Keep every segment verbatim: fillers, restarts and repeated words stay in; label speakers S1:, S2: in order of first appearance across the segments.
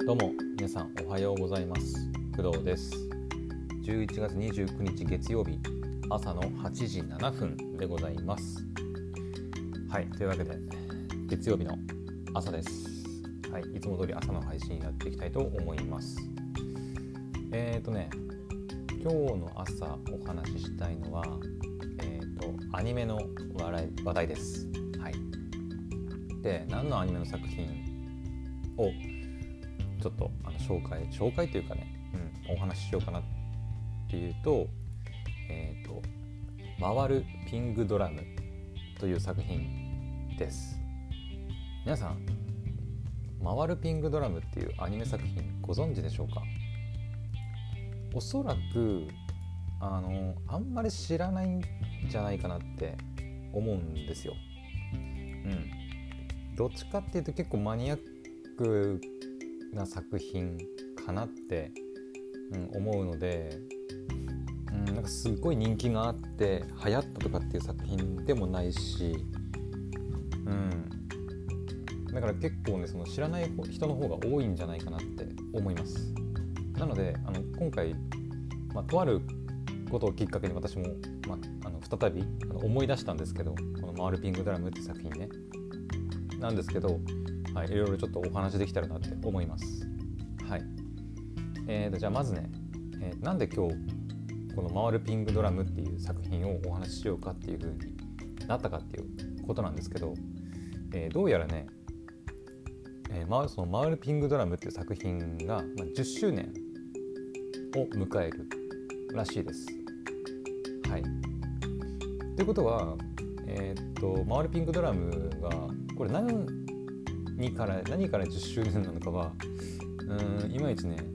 S1: どうも皆さんおはようございます。工藤です。じゅういちがつにじゅうくにち月曜日朝のはちじななふんでございます。はい、というわけで月曜日の朝です。はい、いつも通り朝の配信やっていきたいと思います。えーとね今日の朝お話ししたいのはえーとアニメの話題です。はい。で、何のアニメの作品をちょっとあの紹介紹介というかね、うん、お話ししようかなっていうと、えーと回るピングドラムという作品です。皆さん、回るピングドラムっていうアニメ作品ご存知でしょうか？おそらくあのあんまり知らないんじゃないかなって思うんですよ。うん。どっちかっていうと結構マニアックな作品かなって、うん、思うので、うん、なんかすごい人気があって流行ったとかっていう作品でもないし、うん、だから結構ねその知らない人の方が多いんじゃないかなって思います。なのであの今回、まあ、とあることをきっかけに私も、まあ、あの再びあの思い出したんですけど、この回るピングドラムって作品ねなんですけど、はい、いろいろちょっとお話できたらなって思います。はい。えーと、じゃあまずね、えー、なんで今日この回るピングドラムっていう作品をお話ししようかっていう風になったかっていうことなんですけど、えー、どうやらね、えー、その回るピングドラムっていう作品が、まあ、じゅっしゅうねんを迎えるらしいです。はい。ということは、えーと、回るピングドラムがこれ何何から何からじゅっしゅうねんなのかはうーんいまいちね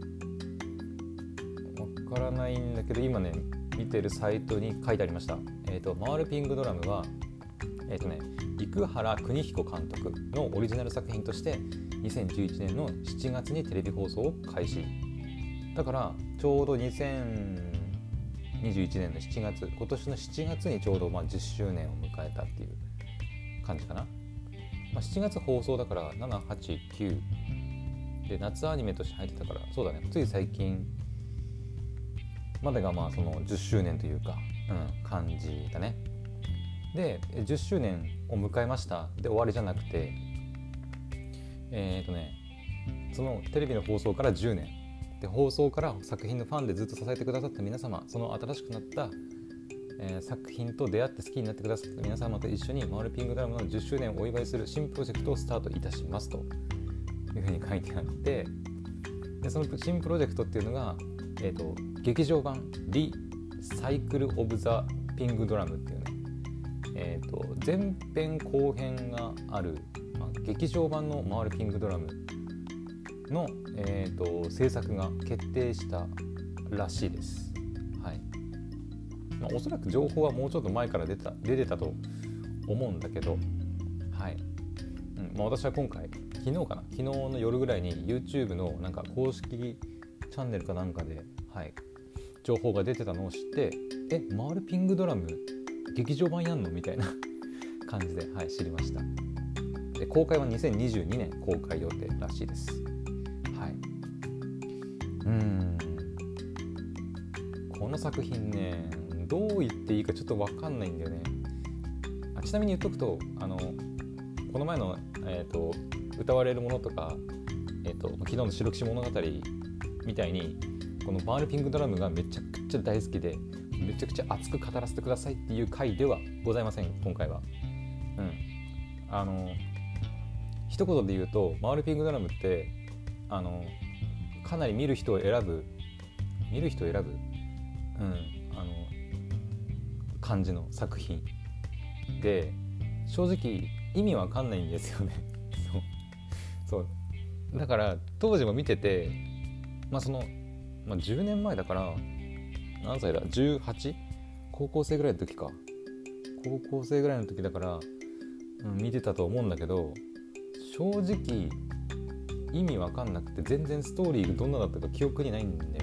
S1: わからないんだけど、今ね見てるサイトに書いてありました。えーと回るピングドラムはえっ、ー、とね生原邦彦監督のオリジナル作品としてにせんじゅういちねんのしちがつにテレビ放送を開始。だからちょうどにせんにじゅういちねんのしちがつ、今年のしちがつにちょうどまあじゅっしゅうねんを迎えたっていう感じかな。まあ、しちがつ放送だからなな、はち、きゅうで夏アニメとして入ってたから、そうだね、つい最近までがまあそのじゅっしゅうねんというか、うん、感じだね。でじゅっしゅうねんを迎えましたで終わりじゃなくて、えっとねそのテレビの放送からじゅうねんで、放送から作品のファンでずっと支えてくださった皆様、その新しくなったえー、作品と出会って好きになってくださった皆様と一緒に回るピングドラムのじゅっしゅうねんをお祝いする新プロジェクトをスタートいたしますというふうに書いてあって、でその新プロジェクトっていうのが、えーと、劇場版リサイクルオブザピングドラムっていうね、えーと、前編後編がある、まあ、劇場版の回るピングドラムの、えーと、制作が決定したらしいです。はい。まあ、おそらく情報はもうちょっと前から出た出てたと思うんだけど、はい。うんまあ、私は今回昨日かな昨日の夜ぐらいに YouTube のなんか公式チャンネルかなんかで、はい、情報が出てたのを知って、え回るピングドラム劇場版やんのみたいな感じで、はい、知りました。で公開はにせんにじゅうにねん公開予定らしいです。はい。うーんこの作品ねどう言っていいかちょっと分かんないんだよね。あちなみに言っとくと、あのこの前の、えーと、歌われるものとか、えーと、昨日の白騎士物語みたいにこの回るピングドラムがめちゃくちゃ大好きでめちゃくちゃ熱く語らせてくださいっていう回ではございません今回は。うんあの一言で言うと回るピングドラムってあのかなり見る人を選ぶ見る人を選ぶうんあの感じの作品で、正直意味わかんないんですよねそうそうだから当時も見てて、まあその、まあ、じゅうねんまえだから何歳だ じゅうはち? 高校生ぐらいの時か高校生ぐらいの時だから、うん、見てたと思うんだけど、正直意味わかんなくて全然ストーリーがどんなだったか記憶にないんだよね。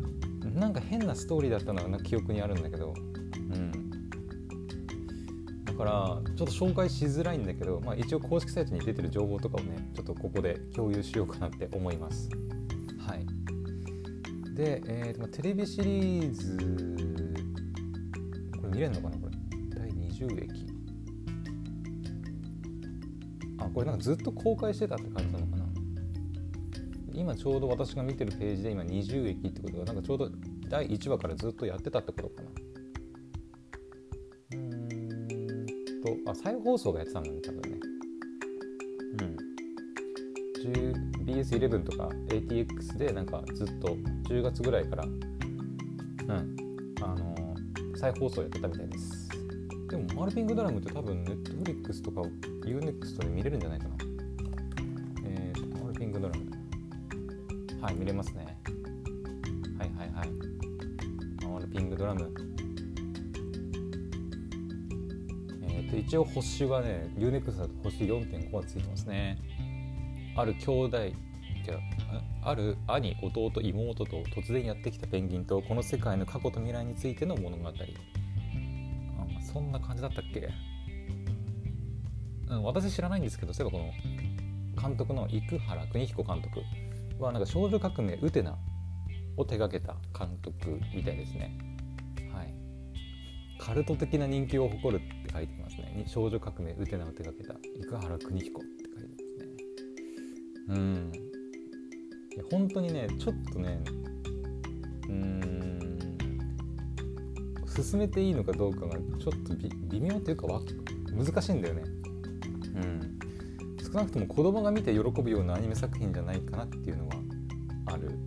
S1: なんか変なストーリーだったのは記憶にあるんだけど、うん、 からちょっと紹介しづらいんだけど、まあ、一応公式サイトに出てる情報とかをねちょっとここで共有しようかなって思います。はい。で、えーと、テレビシリーズこれ見れるのかな、これだいにじゅうえき、あ、これなんかずっと公開してたって感じなのかな。今ちょうど私が見てるページで今にじゅうえきってことはなんかちょうどだいいちわからずっとやってたってことかな。うーんと、あ、再放送がやってたんだね、多分ね。うん。ビーエスイレブン とか エーティーエックス でなんかずっとじゅうがつぐらいから、うん、あのー、再放送やってたみたいです。でもマールピングドラムって多分 Netflix とか ユーネクスト で見れるんじゃないかな。えーと、マールピングドラム。はい、見れますね。はいはいはい。マールピングドラム。えーと、一応星はね、ユーネクスト だと星 よんてんご がついてますね。ある兄弟、ある兄、弟、妹と突然やってきたペンギンとこの世界の過去と未来についての物語。あ、まあ、そんな感じだったっけ、うん、私知らないんですけど、そういえばこの監督の生原邦彦監督はなんか少女革命ウテナを手掛けた監督みたいですね。はい。カルト的な人気を誇るって書いてますね。少女革命ウテナを手掛けた生原邦彦って書いてますね。うん、いや本当にねちょっとねうーん進めていいのかどうかがちょっと 微, 微妙というかわ難しいんだよね。うん、少なくとも子供が見て喜ぶようなアニメ作品じゃないかなっていうのはある。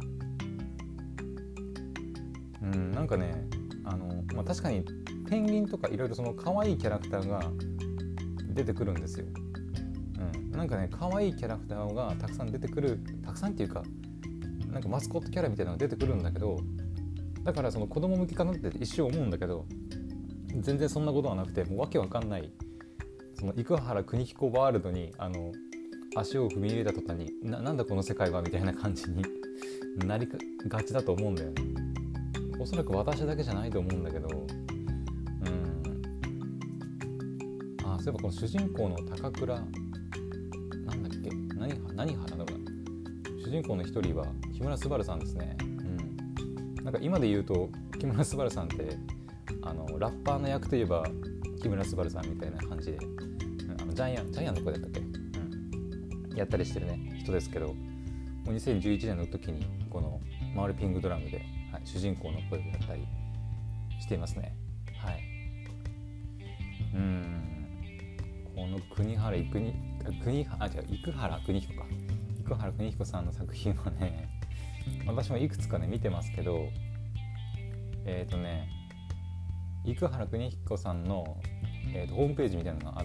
S1: うん、なんかねあの、まあ、確かにペンギンとかいろいろその可愛いキャラクターが出てくるんですよ。うん、なんかね可愛いキャラクターがたくさん出てくる、たくさんっていうかなんかマスコットキャラみたいなのが出てくるんだけど、だからその子供向きかなって一瞬思うんだけど、全然そんなことはなくて、もうわけわかんないその生原邦彦ワールドにあの足を踏み入れた途端に な, なんだこの世界はみたいな感じになりがちだと思うんだよね。おそらく私だけじゃないと思うんだけど、うん、あ、そういえばこの主人公の高倉なんだっけ、何何原だろうな、主人公の一人は木村昴さんですね。うん、なんか今で言うと木村昴さんってあのラッパーの役といえば木村昴さんみたいな感じで、あのジャイアンジャイアンの声だったっけ、うん、やったりしてるね人ですけど、もうにせんじゅういちねんの時にこのマールピングドラムで、はい、主人公の声をやったりしていますね。はい。うーん、この国原生国国あ違う生原邦彦か生原邦彦さんの作品はね、私もいくつかね見てますけど、えっ、ー、とね生原邦彦さんの、えー、とホームページみたいなのがあって、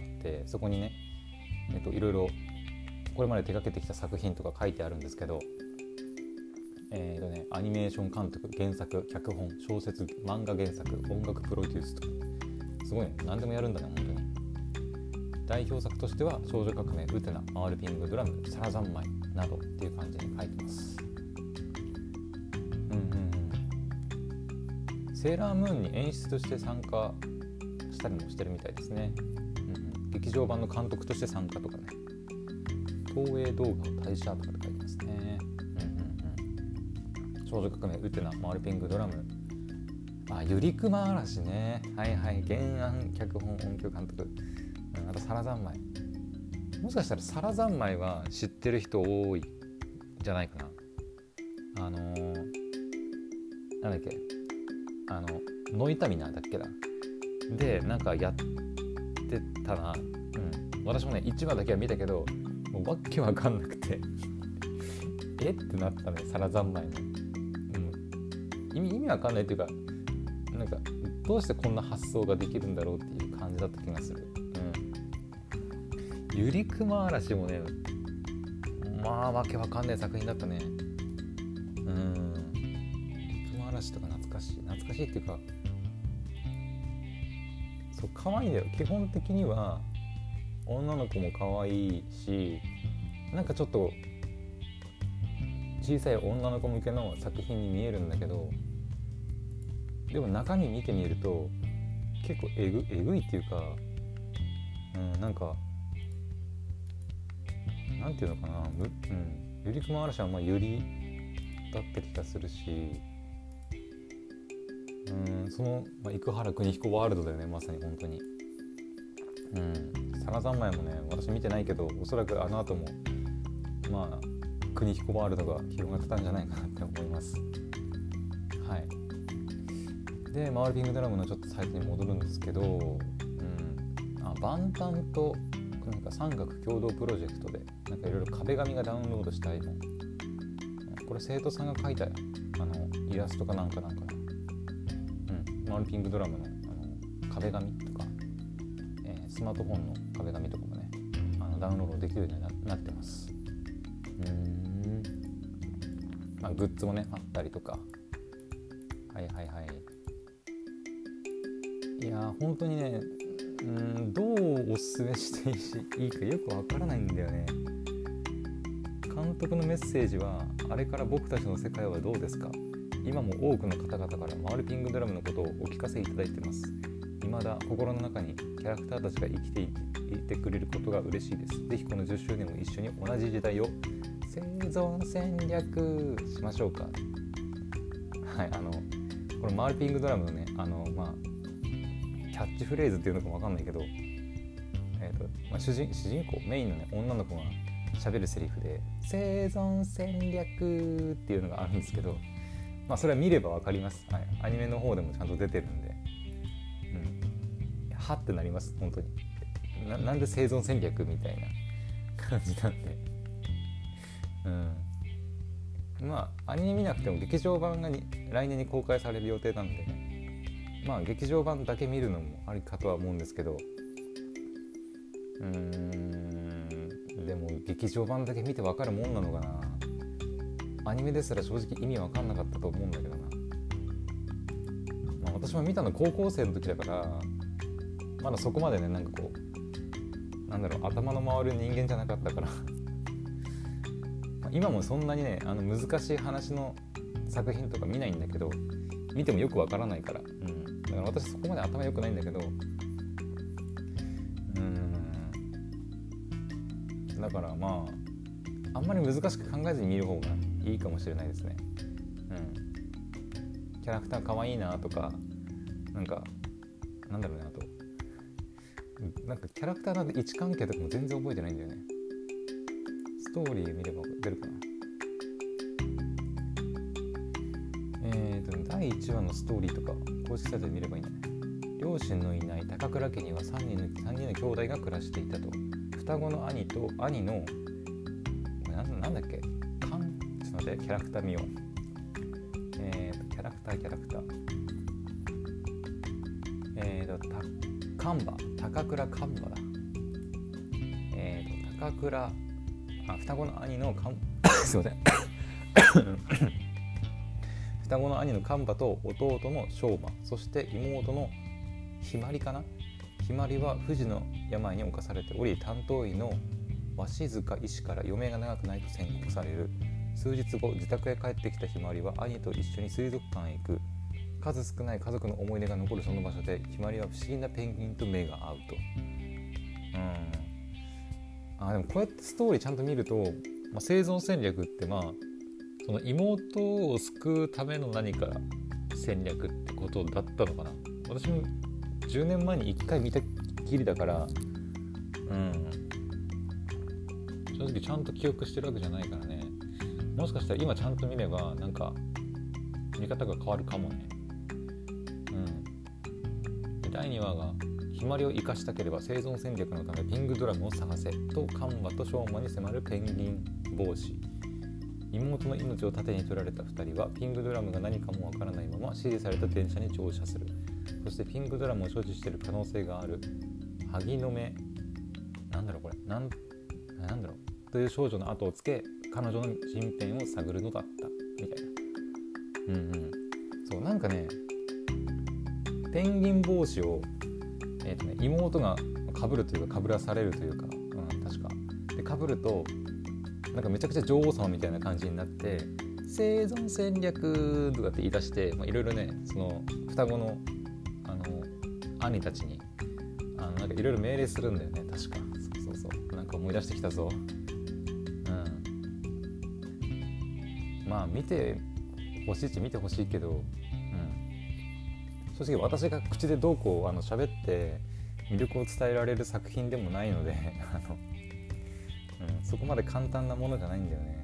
S1: そこにね、えー、といろいろこれまで手掛けてきた作品とか書いてあるんですけど、えーとね、アニメーション監督、原作、脚本、小説、漫画原作、音楽プロデュースとかすごいね、何でもやるんだね本当に。代表作としては少女革命、ウテナ、マールピングドラム、サラザンマイなどっていう感じに書いてます。うんうんうん。セーラームーンに演出として参加したりもしてるみたいですね。うんうん、劇場版の監督として参加とかね。東映動画を退社とかって書いてますね。うんうんうん。少女革命、ウテナ、マールピングドラム。あ、ゆりくま嵐ね。はいはい。原案、脚本、音響監督。あとサラザンマイ、もしかしたらサラザンマイは知ってる人多いんじゃないかな。あのー、なんだっけ、あのノイタミナーだっけだでなんかやってたな。うん、私もねいちわだけは見たけどもうわけわかんなくてえってなったね、サラザンマイの、うん、意味意味わかんないっていうか、なんかどうしてこんな発想ができるんだろうっていう感じだった気がする。ゆりくま嵐もね、まあわけわかんない作品だったね。うん、ゆりくま嵐とか懐かしい懐かしいっていうか、そう可愛いんだよ。基本的には女の子も可愛いし、なんかちょっと小さい女の子向けの作品に見えるんだけど、でも中身見てみると結構えぐ、えぐいっていうか、 うん、なんかなんていうのかな、む、うん、ゆりくま嵐はまあゆりだった気がするし、うん、その、まあ、生原邦彦ワールドだよね、まさに本当に。うん、サラ三昧もね、私見てないけど、おそらくあの後もまあ邦彦ワールドが広がってたんじゃないかなって思います。はい。で、マールピングドラムのちょっとサイトに戻るんですけど、うん、あバンタンとなんか三角共同プロジェクトでなんかいろいろ壁紙がダウンロードしたいの、これ生徒さんが描いたあのイラストかなんかなんかな、うん、マールピングドラムの、あの壁紙とか、えー、スマートフォンの壁紙とかもね、あのダウンロードできるように な, なってます。うーん、まあ、グッズもねあったりとか、はいはいはい。いやー本当にね、うん、どうおすすめしていいかよくわからないんだよね。監督のメッセージは、あれから僕たちの世界はどうですか？今も多くの方々からマールピングドラムのことをお聞かせいただいています。未だ心の中にキャラクターたちが生きていてくれることが嬉しいです。ぜひこのじゅっしゅうねんも一緒に同じ時代を生存戦略しましょうか。はい、あのこのマールピングドラムのね、あのまあキャッチフレーズっていうのかもわかんないけど、えーとまあ、主人、主人公メインのね女の子が喋るセリフで生存戦略っていうのがあるんですけど、まあそれは見ればわかります。はい、アニメの方でもちゃんと出てるんで、うん、はってなります本当に。な, なんで生存戦略みたいな感じなんで、うん、まあアニメ見なくても劇場版がに来年に公開される予定なんでね、まあ劇場版だけ見るのもありかとは思うんですけど、うーん、でも劇場版だけ見て分かるもんなのかな。アニメですら正直意味分かんなかったと思うんだけどな。まあ、私も見たの高校生の時だから、まだそこまでね、なんかこうなんだろう、頭の回る人間じゃなかったから今もそんなにね、あの難しい話の作品とか見ないんだけど、見てもよくわからないから、うん、だから私そこまで頭良くないんだけど、うーん、だからまああんまり難しく考えずに見る方がいいかもしれないですね。うん、キャラクター可愛いなとか、なんかなんだろうね、あとなんかキャラクターの位置関係とかも全然覚えてないんだよね。ストーリー見れば出るかな。えーとだいいちわのストーリーとか公式サイトで見ればいいんだね。両親のいない高倉家にはさんにんのさんにんの兄弟が暮らしていたと。双子の兄と兄のな, なんだっけかんちょっと待って、キャラクター見よう。えーとキャラクターキャラクターえーとたカンバ高倉カンバだ。えーと高倉あ双子の兄のカンすいません双子の兄のカンバと弟の翔馬、そして妹のひまりかな。ひまりは不治の病に侵されており、担当医の鷲塚医師から余命が長くないと宣告される。数日後、自宅へ帰ってきたひまりは兄と一緒に水族館へ行く。数少ない家族の思い出が残るその場所で、ひまりは不思議なペンギンと目が合うと。うん、あでもこうやってストーリーちゃんと見ると、まあ、生存戦略ってまあその妹を救うための何か戦略ってことだったのかな。私もじゅうねんまえにいっかい見たきりだから、うん、正直ちゃんと記憶してるわけじゃないからね。もしかしたら今ちゃんと見ればなんか見方が変わるかもね。うん、でだいにわがひまりを生かしたければ生存戦略のためピングドラムを探せとカンバとショーマに迫るペンギン帽子。妹の命を盾に取られたふたりはピングドラムが何かもわからないまま指示された電車に乗車する。そしてピングドラムを所持している可能性がある萩野目なんだろうこれなんなんだろうという少女の後をつけ、彼女の身辺を探るのだったみたいな。うんうん、そうなんかね、ペンギン帽子を、えーとね、妹が被るというか被らされるというか、うん、確かで被るとなんかめちゃくちゃ女王様みたいな感じになって、生存戦略とかって言い出して、いろいろね、その双子のあの兄たちにあのなんかいろいろ命令するんだよね。 確かそうそうそうなんか思い出してきたぞ。うんまあ見てほしいっちゃ見てほしいけど、うん、正直私が口でどうこうあの喋って魅力を伝えられる作品でもないのであの、うん、そこまで簡単なものじゃないんだよね。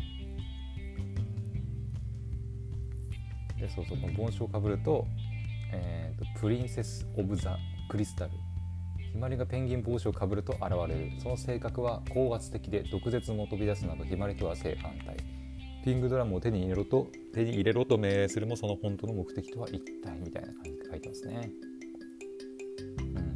S1: でそうそうこの帽子をかぶると、えー、とプリンセス・オブ・ザ・クリスタル、ひまりがペンギン帽子をかぶると現れる。その性格は高圧的で毒舌も飛び出すなどひまりとは正反対。ピングドラムを手に入れろと手に入れろと命令するもその本当の目的とは一体みたいな感じで書いてますね。うんうん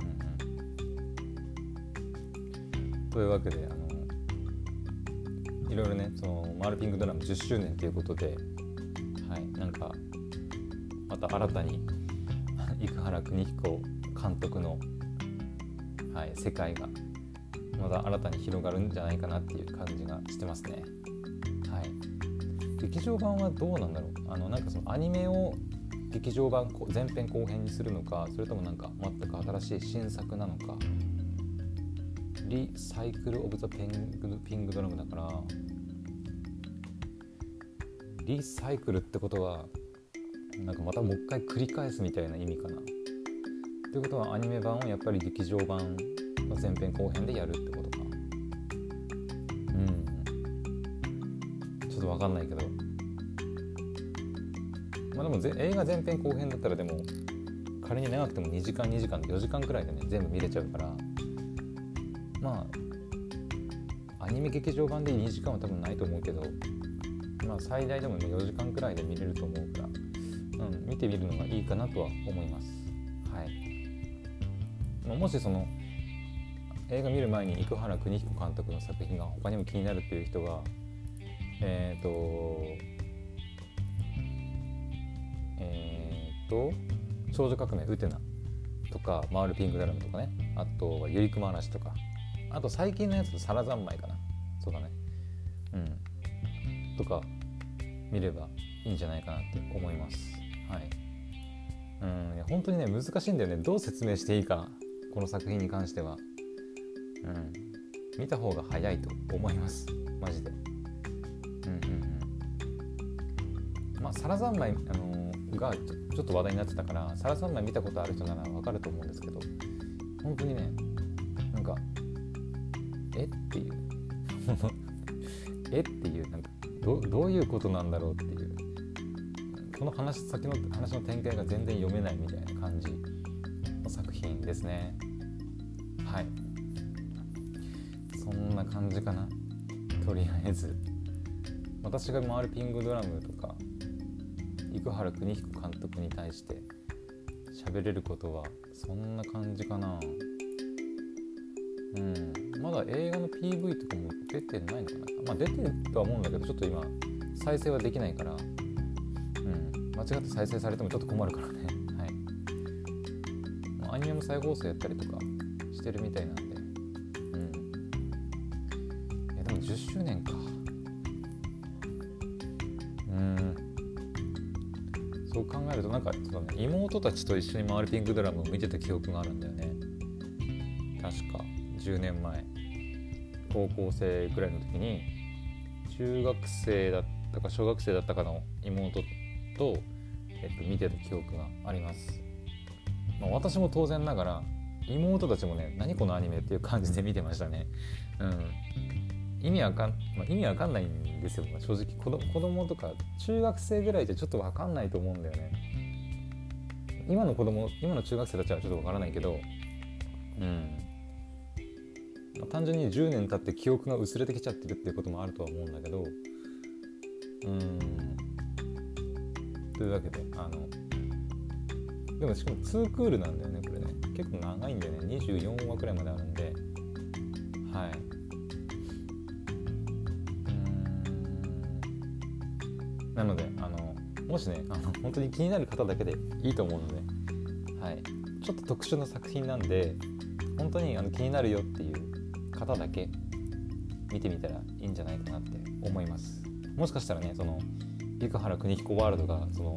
S1: うん、というわけであのいろいろねそのマールピングドラムじゅっしゅうねんということで、はい、なんかまた新たに生原邦彦監督の、はい、世界がまた新たに広がるんじゃないかなっていう感じがしてますね。はい、劇場版はどうなんだろう。あのなんかそのアニメを劇場版前編後編にするのか、それともなんか全く新しい新作なのか。リサイクルオブザペングピングドラムだから、リサイクルってことはなんかまたもう一回繰り返すみたいな意味かな。ということはアニメ版をやっぱり劇場版の前編後編でやるってことか。うんちょっと分かんないけど、まあでも映画前編後編だったらでも仮に長くてもにじかんにじかんよじかんくらいでね全部見れちゃうから、まあアニメ劇場版でにじかんは多分ないと思うけど、まあ最大でもよじかんくらいで見れると思うから、うん、見てみるのがいいかなとは思います。はい。まあ、もしその映画見る前に生原邦彦監督の作品が他にも気になるっていう人は、えっとえっと少女革命ウテナとかマールピングドラムとかね、あとはゆりくま話とか、あと最近のやつとサラ三昧かな、そうだね、うんとか見ればいいんじゃないかなって思います。はい。うんいや本当にね難しいんだよね、どう説明していいかこの作品に関しては。うん見た方が早いと思いますマジで。うんうんうんまあサラ三昧、あのー、がち ょ, ちょっと話題になってたから、サラ三昧見たことある人ならわかると思うんですけど、本当にねなんかえっていうえっていうなんか ど, どういうことなんだろうっていう、この話先の話の展開が全然読めないみたいな感じの作品ですね。はい、そんな感じかな。とりあえず私が回るピングドラムとか生原邦彦監督に対して喋れることはそんな感じかな。うんまだ映画の ピーブイ とかも出てないのかな。まあ出てるとは思うんだけど、ちょっと今再生はできないから、うん間違って再生されてもちょっと困るからね。はい。アニメも再放送やったりとかしてるみたいなんで、うんいやでもじゅっしゅうねんか。うんそう考えるとなんかそうだね、妹たちと一緒に回るピンクドラムを見てた記憶があるんだよね。確かじゅうねんまえ高校生くらいの時に中学生だったか小学生だったかの妹と、えっと、見てた記憶があります。まあ、私も当然ながら妹たちもね何このアニメっていう感じで見てましたね。うん、意味わかん、まあ、意味わかんないんですよ、まあ、正直子供、子供とか中学生ぐらいじゃちょっとわかんないと思うんだよね。今の子供今の中学生たちはちょっとわからないけど、うん単純にじゅうねん経って記憶が薄れてきちゃってるっていうこともあるとは思うんだけど、うーんというわけであのでもしかもにクールなんだよねこれね。結構長いんだよね。にじゅうよんわくらいまであるんで、はい。うーんなのであのもしねあの本当に気になる方だけでいいと思うので、はい、ちょっと特殊な作品なんで本当にあの気になるよっていう方だけ見てみたらいいんじゃないかなって思います。もしかしたらねその生原邦彦ワールドがその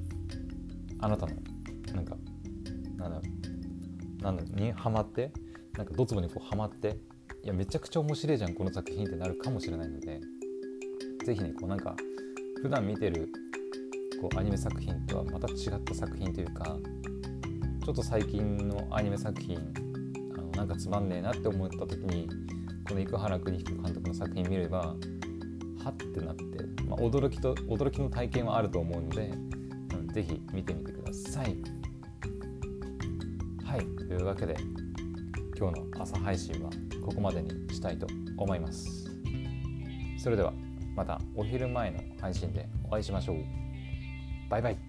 S1: あなたのなんかなんだなんだにハマってなんかドツボにこうハマって、いやめちゃくちゃ面白いじゃんこの作品ってなるかもしれないので、ぜひねこうなんか普段見てるこうアニメ作品とはまた違った作品というか、ちょっと最近のアニメ作品あのなんかつまんねえなって思った時にこの生原邦彦監督の作品見ればはってなって、まあ、驚きと驚きの体験はあると思うので、うん、ぜひ見てみてください。はい、というわけで今日の朝配信はここまでにしたいと思います。それではまたお昼前の配信でお会いしましょう。バイバイ。